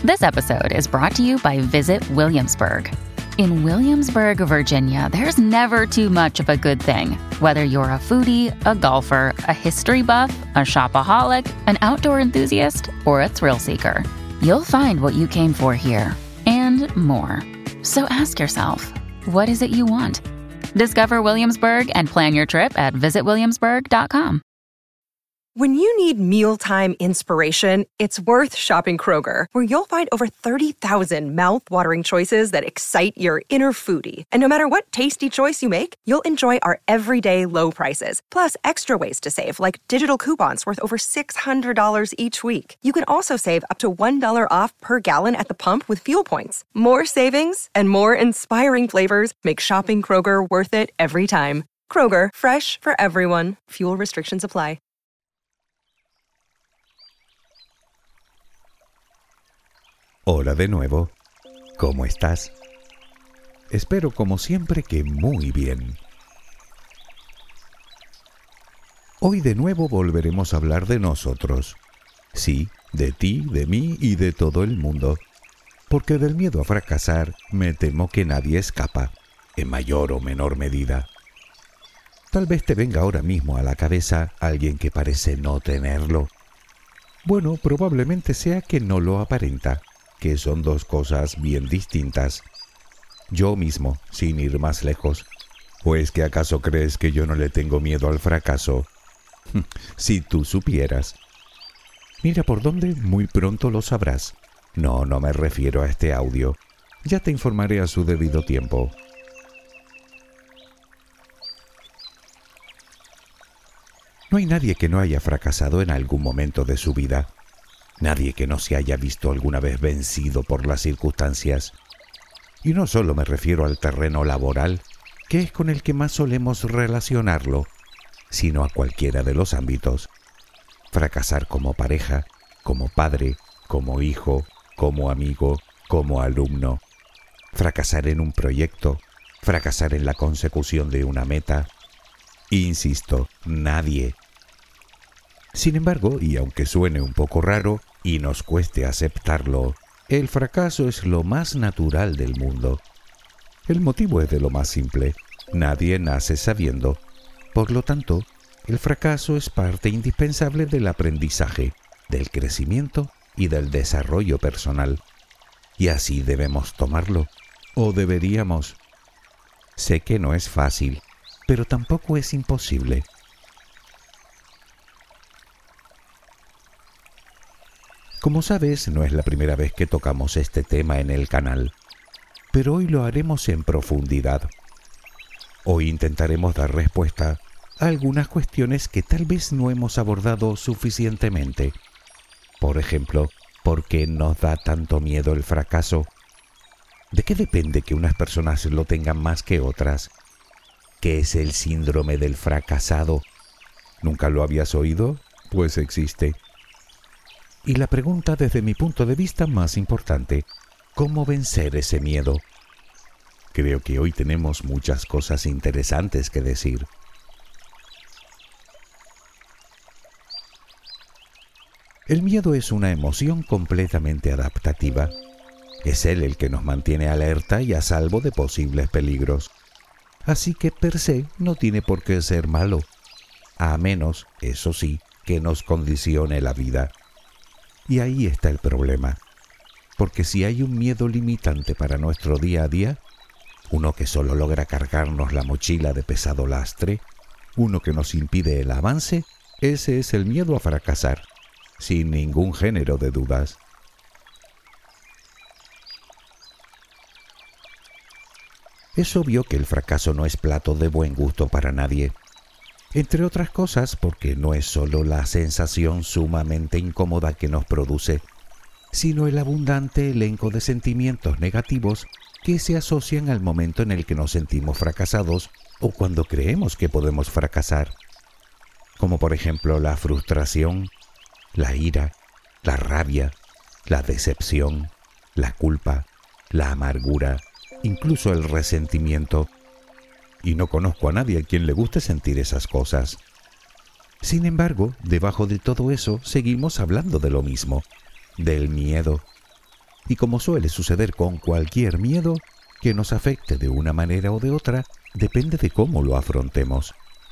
This episode is brought to you by Visit Williamsburg. In Williamsburg, Virginia, there's never too much of a good thing. Whether you're a foodie, a golfer, a history buff, a shopaholic, an outdoor enthusiast, or a thrill seeker, you'll find what you came for here and more. So ask yourself, what is it you want? Discover Williamsburg and plan your trip at visitwilliamsburg.com. When you need mealtime inspiration, it's worth shopping Kroger, where you'll find over 30,000 mouth-watering choices that excite your inner foodie. And no matter what tasty choice you make, you'll enjoy our everyday low prices, plus extra ways to save, like digital coupons worth over $600 each week. You can also save up to $1 off per gallon at the pump with fuel points. More savings and more inspiring flavors make shopping Kroger worth it every time. Kroger, fresh for everyone. Fuel restrictions apply. Hola de nuevo, ¿cómo estás? Espero como siempre que muy bien. Hoy de nuevo volveremos a hablar de nosotros. Sí, de ti, de mí y de todo el mundo. Porque del miedo a fracasar me temo que nadie escapa, en mayor o menor medida. Tal vez te venga ahora mismo a la cabeza alguien que parece no tenerlo. Bueno, probablemente sea que no lo aparenta, que son dos cosas bien distintas. Yo mismo, sin ir más lejos. ¿O es que acaso crees que yo no le tengo miedo al fracaso? Si tú supieras. Mira por dónde, muy pronto lo sabrás. No me refiero a este audio. Ya te informaré a su debido tiempo. No hay nadie que no haya fracasado en algún momento de su vida. Nadie que no se haya visto alguna vez vencido por las circunstancias. Y no solo me refiero al terreno laboral, que es con el que más solemos relacionarlo, sino a cualquiera de los ámbitos. Fracasar como pareja, como padre, como hijo, como amigo, como alumno. Fracasar en un proyecto, fracasar en la consecución de una meta. Insisto, nadie. Sin embargo, y aunque suene un poco raro y nos cueste aceptarlo, el fracaso es lo más natural del mundo. El motivo es de lo más simple. Nadie nace sabiendo. Por lo tanto, el fracaso es parte indispensable del aprendizaje, del crecimiento y del desarrollo personal. Y así debemos tomarlo, o deberíamos. Sé que no es fácil, pero tampoco es imposible. Como sabes, no es la primera vez que tocamos este tema en el canal, pero hoy lo haremos en profundidad. Hoy intentaremos dar respuesta a algunas cuestiones que tal vez no hemos abordado suficientemente. Por ejemplo, ¿por qué nos da tanto miedo el fracaso? ¿De qué depende que unas personas lo tengan más que otras? ¿Qué es el síndrome del fracasado? ¿Nunca lo habías oído? Pues existe. Y la pregunta desde mi punto de vista más importante, ¿cómo vencer ese miedo? Creo que hoy tenemos muchas cosas interesantes que decir. El miedo es una emoción completamente adaptativa. Es él el que nos mantiene alerta y a salvo de posibles peligros. Así que per se no tiene por qué ser malo, a menos, eso sí, que nos condicione la vida. Y ahí está el problema, porque si hay un miedo limitante para nuestro día a día, uno que solo logra cargarnos la mochila de pesado lastre, uno que nos impide el avance, ese es el miedo a fracasar, sin ningún género de dudas. Es obvio que el fracaso no es plato de buen gusto para nadie. Entre otras cosas porque no es solo la sensación sumamente incómoda que nos produce, sino el abundante elenco de sentimientos negativos que se asocian al momento en el que nos sentimos fracasados o cuando creemos que podemos fracasar, como por ejemplo la frustración, la ira, la rabia, la decepción, la culpa, la amargura, incluso el resentimiento. Y no conozco a nadie a quien le guste sentir esas cosas. Sin embargo, debajo de todo eso seguimos hablando de lo mismo, del miedo. y como suele suceder con cualquier miedo, que nos afecte de una manera o de otra, depende de cómo lo afrontemos.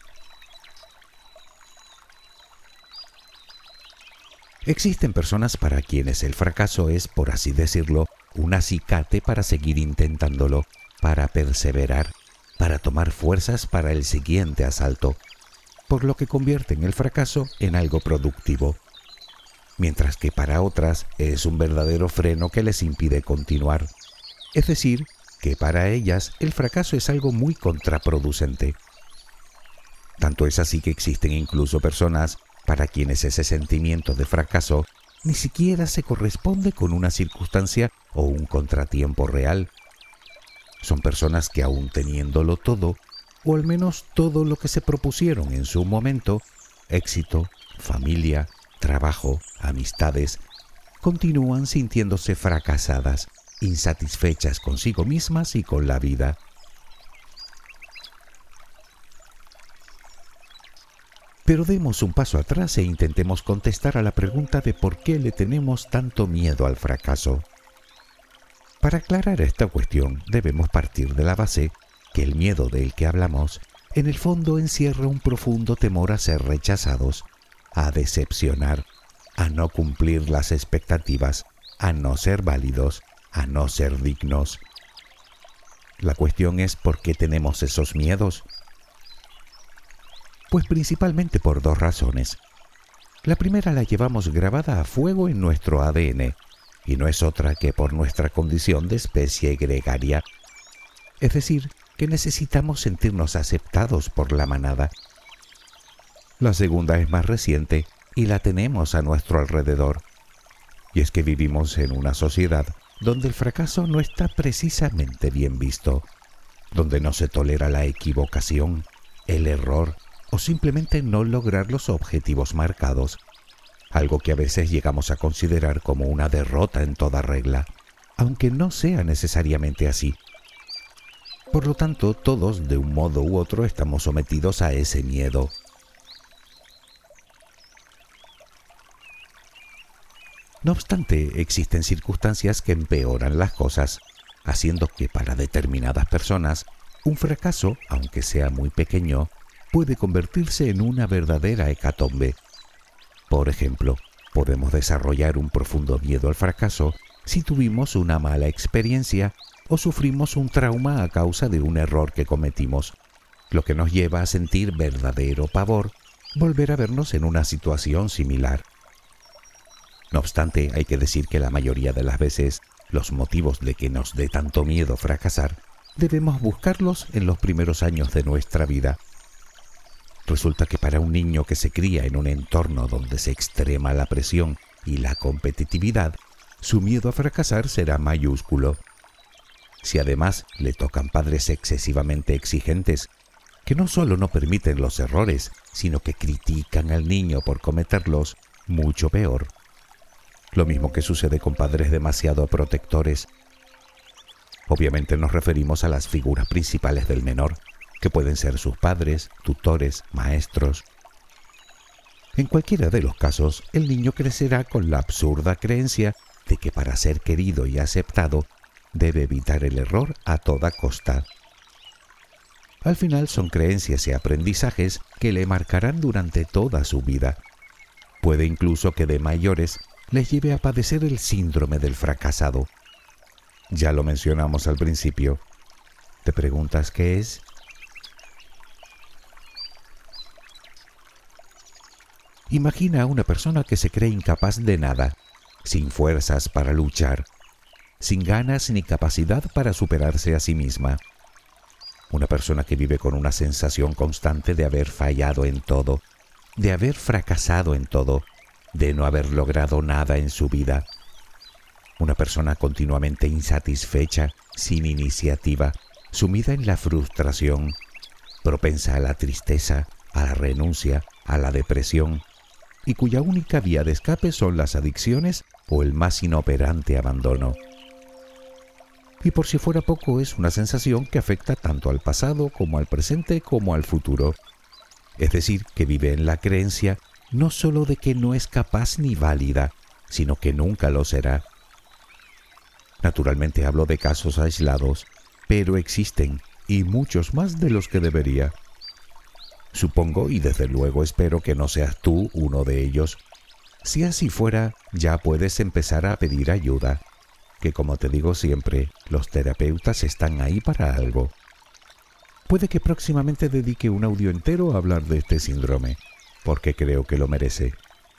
Existen personas para quienes el fracaso es, por así decirlo, un acicate para seguir intentándolo, para perseverar, para tomar fuerzas para el siguiente asalto, por lo que convierten el fracaso en algo productivo, mientras que para otras es un verdadero freno que les impide continuar. Es decir, que para ellas el fracaso es algo muy contraproducente. Tanto es así que existen incluso personas para quienes ese sentimiento de fracaso ni siquiera se corresponde con una circunstancia o un contratiempo real. Son personas que aún teniéndolo todo, o al menos todo lo que se propusieron en su momento, éxito, familia, trabajo, amistades, continúan sintiéndose fracasadas, insatisfechas consigo mismas y con la vida. Pero demos un paso atrás e intentemos contestar a la pregunta de por qué le tenemos tanto miedo al fracaso. Para aclarar esta cuestión, debemos partir de la base que el miedo del que hablamos, en el fondo encierra un profundo temor a ser rechazados, a decepcionar, a no cumplir las expectativas, a no ser válidos, a no ser dignos. La cuestión es ¿por qué tenemos esos miedos? Pues principalmente por dos razones. La primera la llevamos grabada a fuego en nuestro ADN, y no es otra que por nuestra condición de especie gregaria. Es decir, que necesitamos sentirnos aceptados por la manada. La segunda es más reciente y la tenemos a nuestro alrededor. Y es que vivimos en una sociedad donde el fracaso no está precisamente bien visto, donde no se tolera la equivocación, el error o simplemente no lograr los objetivos marcados, algo que a veces llegamos a considerar como una derrota en toda regla, aunque no sea necesariamente así. Por lo tanto, todos de un modo u otro estamos sometidos a ese miedo. No obstante, existen circunstancias que empeoran las cosas, haciendo que para determinadas personas un fracaso, aunque sea muy pequeño, puede convertirse en una verdadera hecatombe. Por ejemplo, podemos desarrollar un profundo miedo al fracaso si tuvimos una mala experiencia o sufrimos un trauma a causa de un error que cometimos, lo que nos lleva a sentir verdadero pavor volver a vernos en una situación similar. No obstante, hay que decir que la mayoría de las veces los motivos de que nos dé tanto miedo fracasar debemos buscarlos en los primeros años de nuestra vida. Resulta que para un niño que se cría en un entorno donde se extrema la presión y la competitividad, su miedo a fracasar será mayúsculo. Si además le tocan padres excesivamente exigentes, que no solo no permiten los errores, sino que critican al niño por cometerlos, mucho peor. Lo mismo que sucede con padres demasiado protectores. Obviamente nos referimos a las figuras principales del menor, que pueden ser sus padres, tutores, maestros. En cualquiera de los casos, el niño crecerá con la absurda creencia de que para ser querido y aceptado, debe evitar el error a toda costa. Al final son creencias y aprendizajes que le marcarán durante toda su vida. Puede incluso que de mayores les lleve a padecer el síndrome del fracasado. Ya lo mencionamos al principio. ¿Te preguntas qué es? Imagina a una persona que se cree incapaz de nada, sin fuerzas para luchar, sin ganas ni capacidad para superarse a sí misma. Una persona que vive con una sensación constante de haber fallado en todo, de haber fracasado en todo, de no haber logrado nada en su vida. Una persona continuamente insatisfecha, sin iniciativa, sumida en la frustración, propensa a la tristeza, a la renuncia, a la depresión, y cuya única vía de escape son las adicciones o el más inoperante abandono. Y por si fuera poco, es una sensación que afecta tanto al pasado como al presente como al futuro. Es decir, que vive en la creencia no solo de que no es capaz ni válida, sino que nunca lo será. Naturalmente hablo de casos aislados, pero existen, y muchos más de los que debería. Supongo y desde luego espero que no seas tú uno de ellos. Si así fuera, ya puedes empezar a pedir ayuda, que como te digo siempre, los terapeutas están ahí para algo. Puede que próximamente dedique un audio entero a hablar de este síndrome, porque creo que lo merece.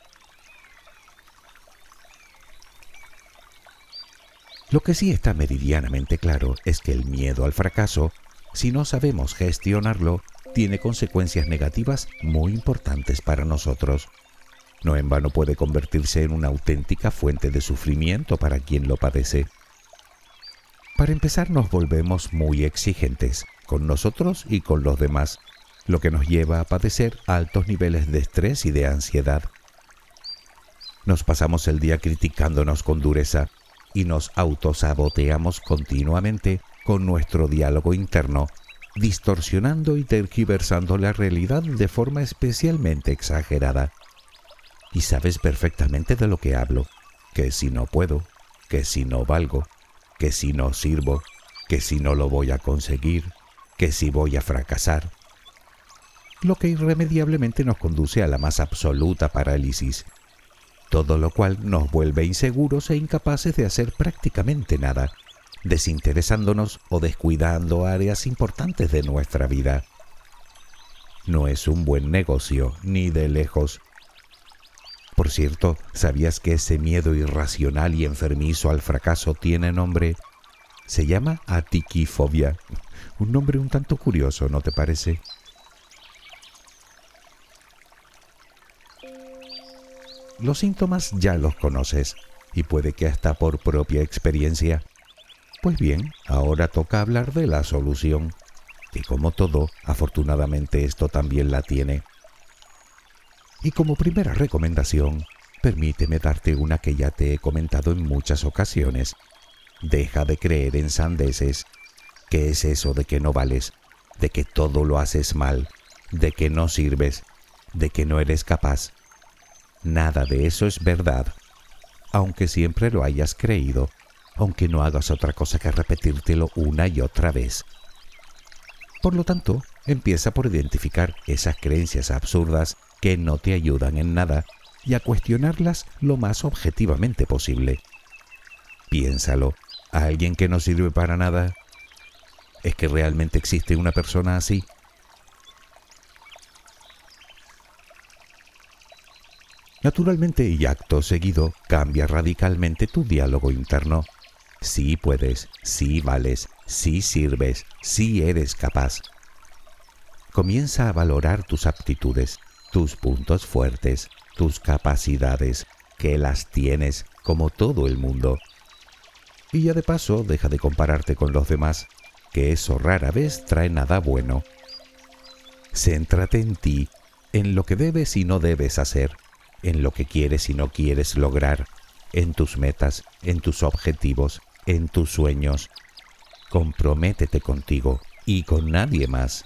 Lo que sí está meridianamente claro es que el miedo al fracaso, si no sabemos gestionarlo, tiene consecuencias negativas muy importantes para nosotros. No en vano puede convertirse en una auténtica fuente de sufrimiento para quien lo padece. Para empezar, nos volvemos muy exigentes con nosotros y con los demás, lo que nos lleva a padecer altos niveles de estrés y de ansiedad. Nos pasamos el día criticándonos con dureza y nos autosaboteamos continuamente con nuestro diálogo interno, distorsionando y tergiversando la realidad de forma especialmente exagerada. Y sabes perfectamente de lo que hablo, que si no puedo, que si no valgo, que si no sirvo, que si no lo voy a conseguir, que si voy a fracasar. Lo que irremediablemente nos conduce a la más absoluta parálisis, todo lo cual nos vuelve inseguros e incapaces de hacer prácticamente nada, desinteresándonos o descuidando áreas importantes de nuestra vida. No es un buen negocio, ni de lejos. Por cierto, ¿sabías que ese miedo irracional y enfermizo al fracaso tiene nombre? Se llama atiquifobia. Un nombre un tanto curioso, ¿no te parece? Los síntomas ya los conoces, y puede que hasta por propia experiencia. Pues bien, ahora toca hablar de la solución, que como todo, afortunadamente esto también la tiene. Y como primera recomendación, permíteme darte una que ya te he comentado en muchas ocasiones. Deja de creer en sandeces. ¿Qué es eso de que no vales? De que todo lo haces mal, de que no sirves, de que no eres capaz. Nada de eso es verdad, aunque siempre lo hayas creído, aunque no hagas otra cosa que repetírtelo una y otra vez. Por lo tanto, empieza por identificar esas creencias absurdas que no te ayudan en nada y a cuestionarlas lo más objetivamente posible. Piénsalo, ¿a alguien que no sirve para nada? ¿Es que realmente existe una persona así? Naturalmente y acto seguido, cambia radicalmente tu diálogo interno. Sí puedes, sí vales, sí sirves, sí eres capaz. Comienza a valorar tus aptitudes, tus puntos fuertes, tus capacidades, que las tienes como todo el mundo. Y ya de paso, deja de compararte con los demás, que eso rara vez trae nada bueno. Céntrate en ti, en lo que debes y no debes hacer, en lo que quieres y no quieres lograr, en tus metas, en tus objetivos, en tus sueños. Comprométete contigo y con nadie más.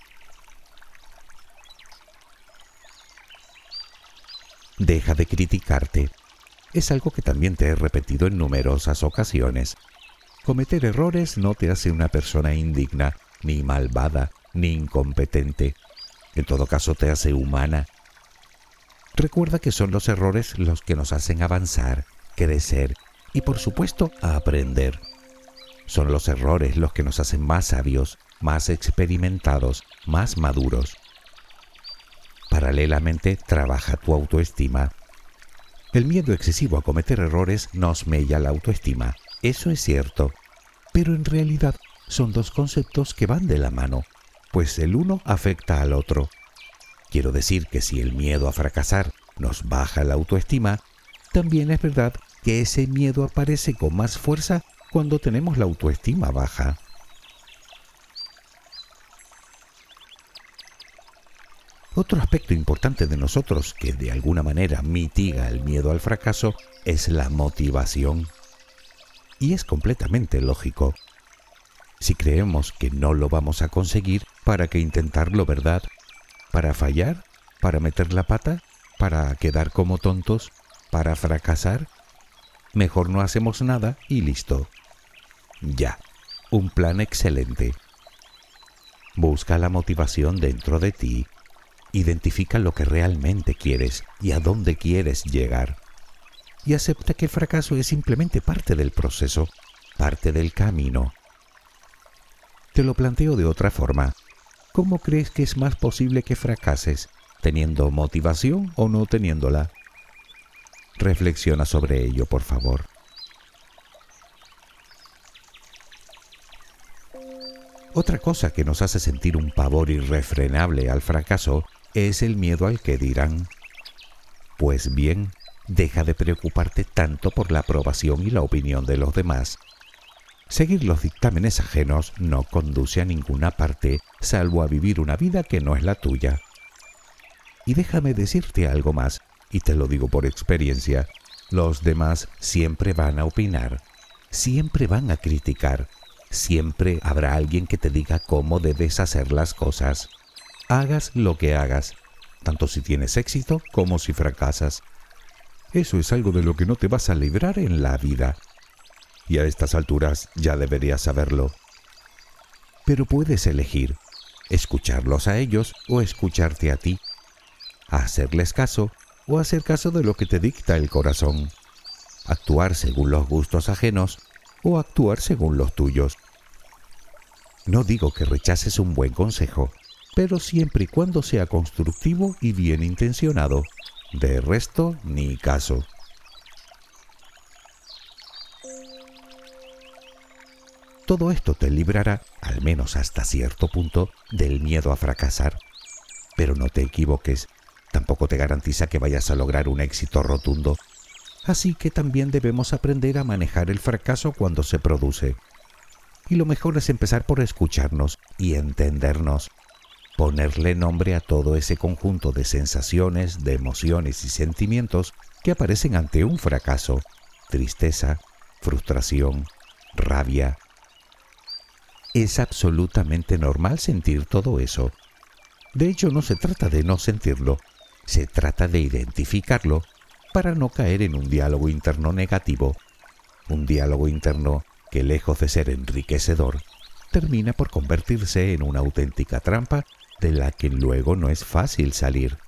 Deja de criticarte. Es algo que también te he repetido en numerosas ocasiones. Cometer errores no te hace una persona indigna, ni malvada, ni incompetente. En todo caso te hace humana. Recuerda que son los errores los que nos hacen avanzar, crecer y, por supuesto, aprender. Son los errores los que nos hacen más sabios, más experimentados, más maduros. Paralelamente, trabaja tu autoestima. El miedo excesivo a cometer errores nos mella la autoestima. Eso es cierto. Pero en realidad son dos conceptos que van de la mano, pues el uno afecta al otro. Quiero decir que si el miedo a fracasar nos baja la autoestima, también es verdad que ese miedo aparece con más fuerza cuando tenemos la autoestima baja. Otro aspecto importante de nosotros que de alguna manera mitiga el miedo al fracaso es la motivación. Y es completamente lógico. Si creemos que no lo vamos a conseguir, ¿para qué intentarlo, verdad? ¿Para fallar? ¿Para meter la pata? ¿Para quedar como tontos? ¿Para fracasar? Mejor no hacemos nada y listo. Ya, un plan excelente. Busca la motivación dentro de ti. Identifica lo que realmente quieres y a dónde quieres llegar. Y acepta que el fracaso es simplemente parte del proceso, parte del camino. Te lo planteo de otra forma. ¿Cómo crees que es más posible que fracases? ¿Teniendo motivación o no teniéndola? Reflexiona sobre ello, por favor. Otra cosa que nos hace sentir un pavor irrefrenable al fracaso es el miedo al que dirán. Pues bien, deja de preocuparte tanto por la aprobación y la opinión de los demás. Seguir los dictámenes ajenos no conduce a ninguna parte, salvo a vivir una vida que no es la tuya. Y déjame decirte algo más, y te lo digo por experiencia, los demás siempre van a opinar, siempre van a criticar, siempre habrá alguien que te diga cómo debes hacer las cosas. Hagas lo que hagas, tanto si tienes éxito como si fracasas. Eso es algo de lo que no te vas a librar en la vida. Y a estas alturas ya deberías saberlo. Pero puedes elegir, escucharlos a ellos o escucharte a ti. Hacerles caso o hacer caso de lo que te dicta el corazón. Actuar según los gustos ajenos o actuar según los tuyos. No digo que rechaces un buen consejo, pero siempre y cuando sea constructivo y bien intencionado. De resto, ni caso. Todo esto te librará, al menos hasta cierto punto, del miedo a fracasar. Pero no te equivoques, tampoco te garantiza que vayas a lograr un éxito rotundo. Así que también debemos aprender a manejar el fracaso cuando se produce. Y lo mejor es empezar por escucharnos y entendernos. Ponerle nombre a todo ese conjunto de sensaciones, de emociones y sentimientos que aparecen ante un fracaso. Tristeza, frustración, rabia. Es absolutamente normal sentir todo eso. De hecho, no se trata de no sentirlo, se trata de identificarlo para no caer en un diálogo interno negativo. Un diálogo interno que, lejos de ser enriquecedor, termina por convertirse en una auténtica trampa de la que luego no es fácil salir.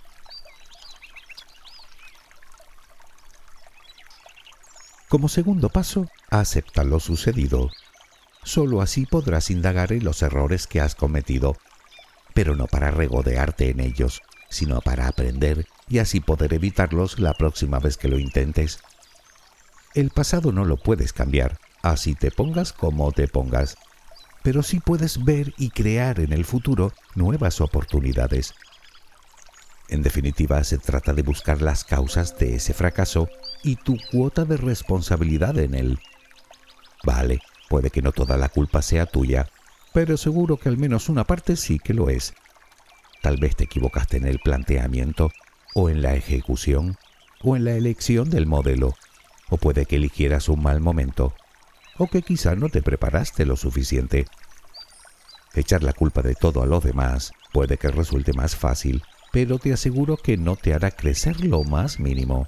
Como segundo paso, acepta lo sucedido. Solo así podrás indagar en los errores que has cometido, pero no para regodearte en ellos, sino para aprender y así poder evitarlos la próxima vez que lo intentes. El pasado no lo puedes cambiar, así te pongas como te pongas, pero sí puedes ver y crear en el futuro nuevas oportunidades. En definitiva, se trata de buscar las causas de ese fracaso y tu cuota de responsabilidad en él. Vale, puede que no toda la culpa sea tuya, pero seguro que al menos una parte sí que lo es. Tal vez te equivocaste en el planteamiento, o en la ejecución, o en la elección del modelo, o puede que eligieras un mal momento, o que quizá no te preparaste lo suficiente. Echar la culpa de todo a los demás puede que resulte más fácil, pero te aseguro que no te hará crecer lo más mínimo.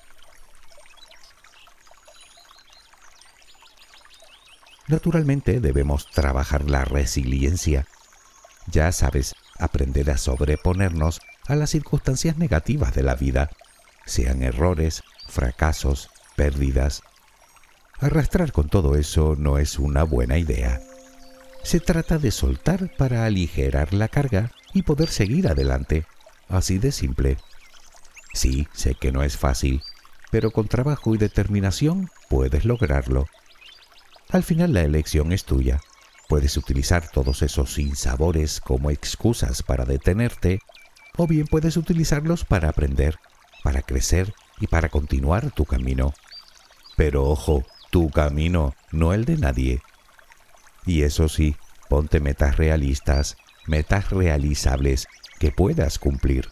Naturalmente debemos trabajar la resiliencia. Ya sabes, aprender a sobreponernos a las circunstancias negativas de la vida, sean errores, fracasos, pérdidas. Arrastrar con todo eso no es una buena idea. Se trata de soltar para aligerar la carga y poder seguir adelante. Así de simple. Sí, sé que no es fácil, pero con trabajo y determinación puedes lograrlo. Al final la elección es tuya. Puedes utilizar todos esos sinsabores como excusas para detenerte, o bien puedes utilizarlos para aprender, para crecer y para continuar tu camino. Pero ojo, tu camino, no el de nadie. Y eso sí, ponte metas realistas, metas realizables que puedas cumplir.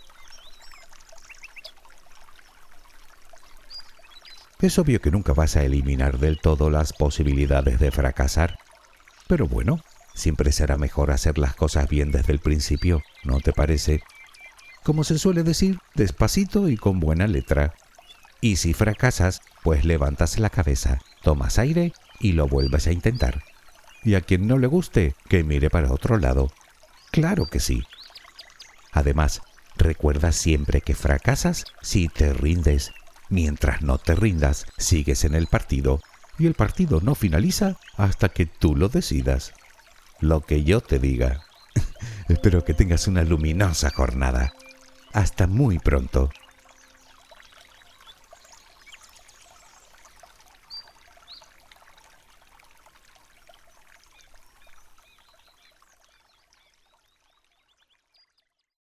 Es obvio que nunca vas a eliminar del todo las posibilidades de fracasar, pero bueno, siempre será mejor hacer las cosas bien desde el principio, ¿no te parece? Como se suele decir, despacito y con buena letra. Y si fracasas, pues levantas la cabeza, tomas aire y lo vuelves a intentar. Y a quien no le guste, que mire para otro lado. Claro que sí. Además, recuerda siempre que fracasas si te rindes. Mientras no te rindas, sigues en el partido y el partido no finaliza hasta que tú lo decidas. Lo que yo te diga. Espero que tengas una luminosa jornada. Hasta muy pronto.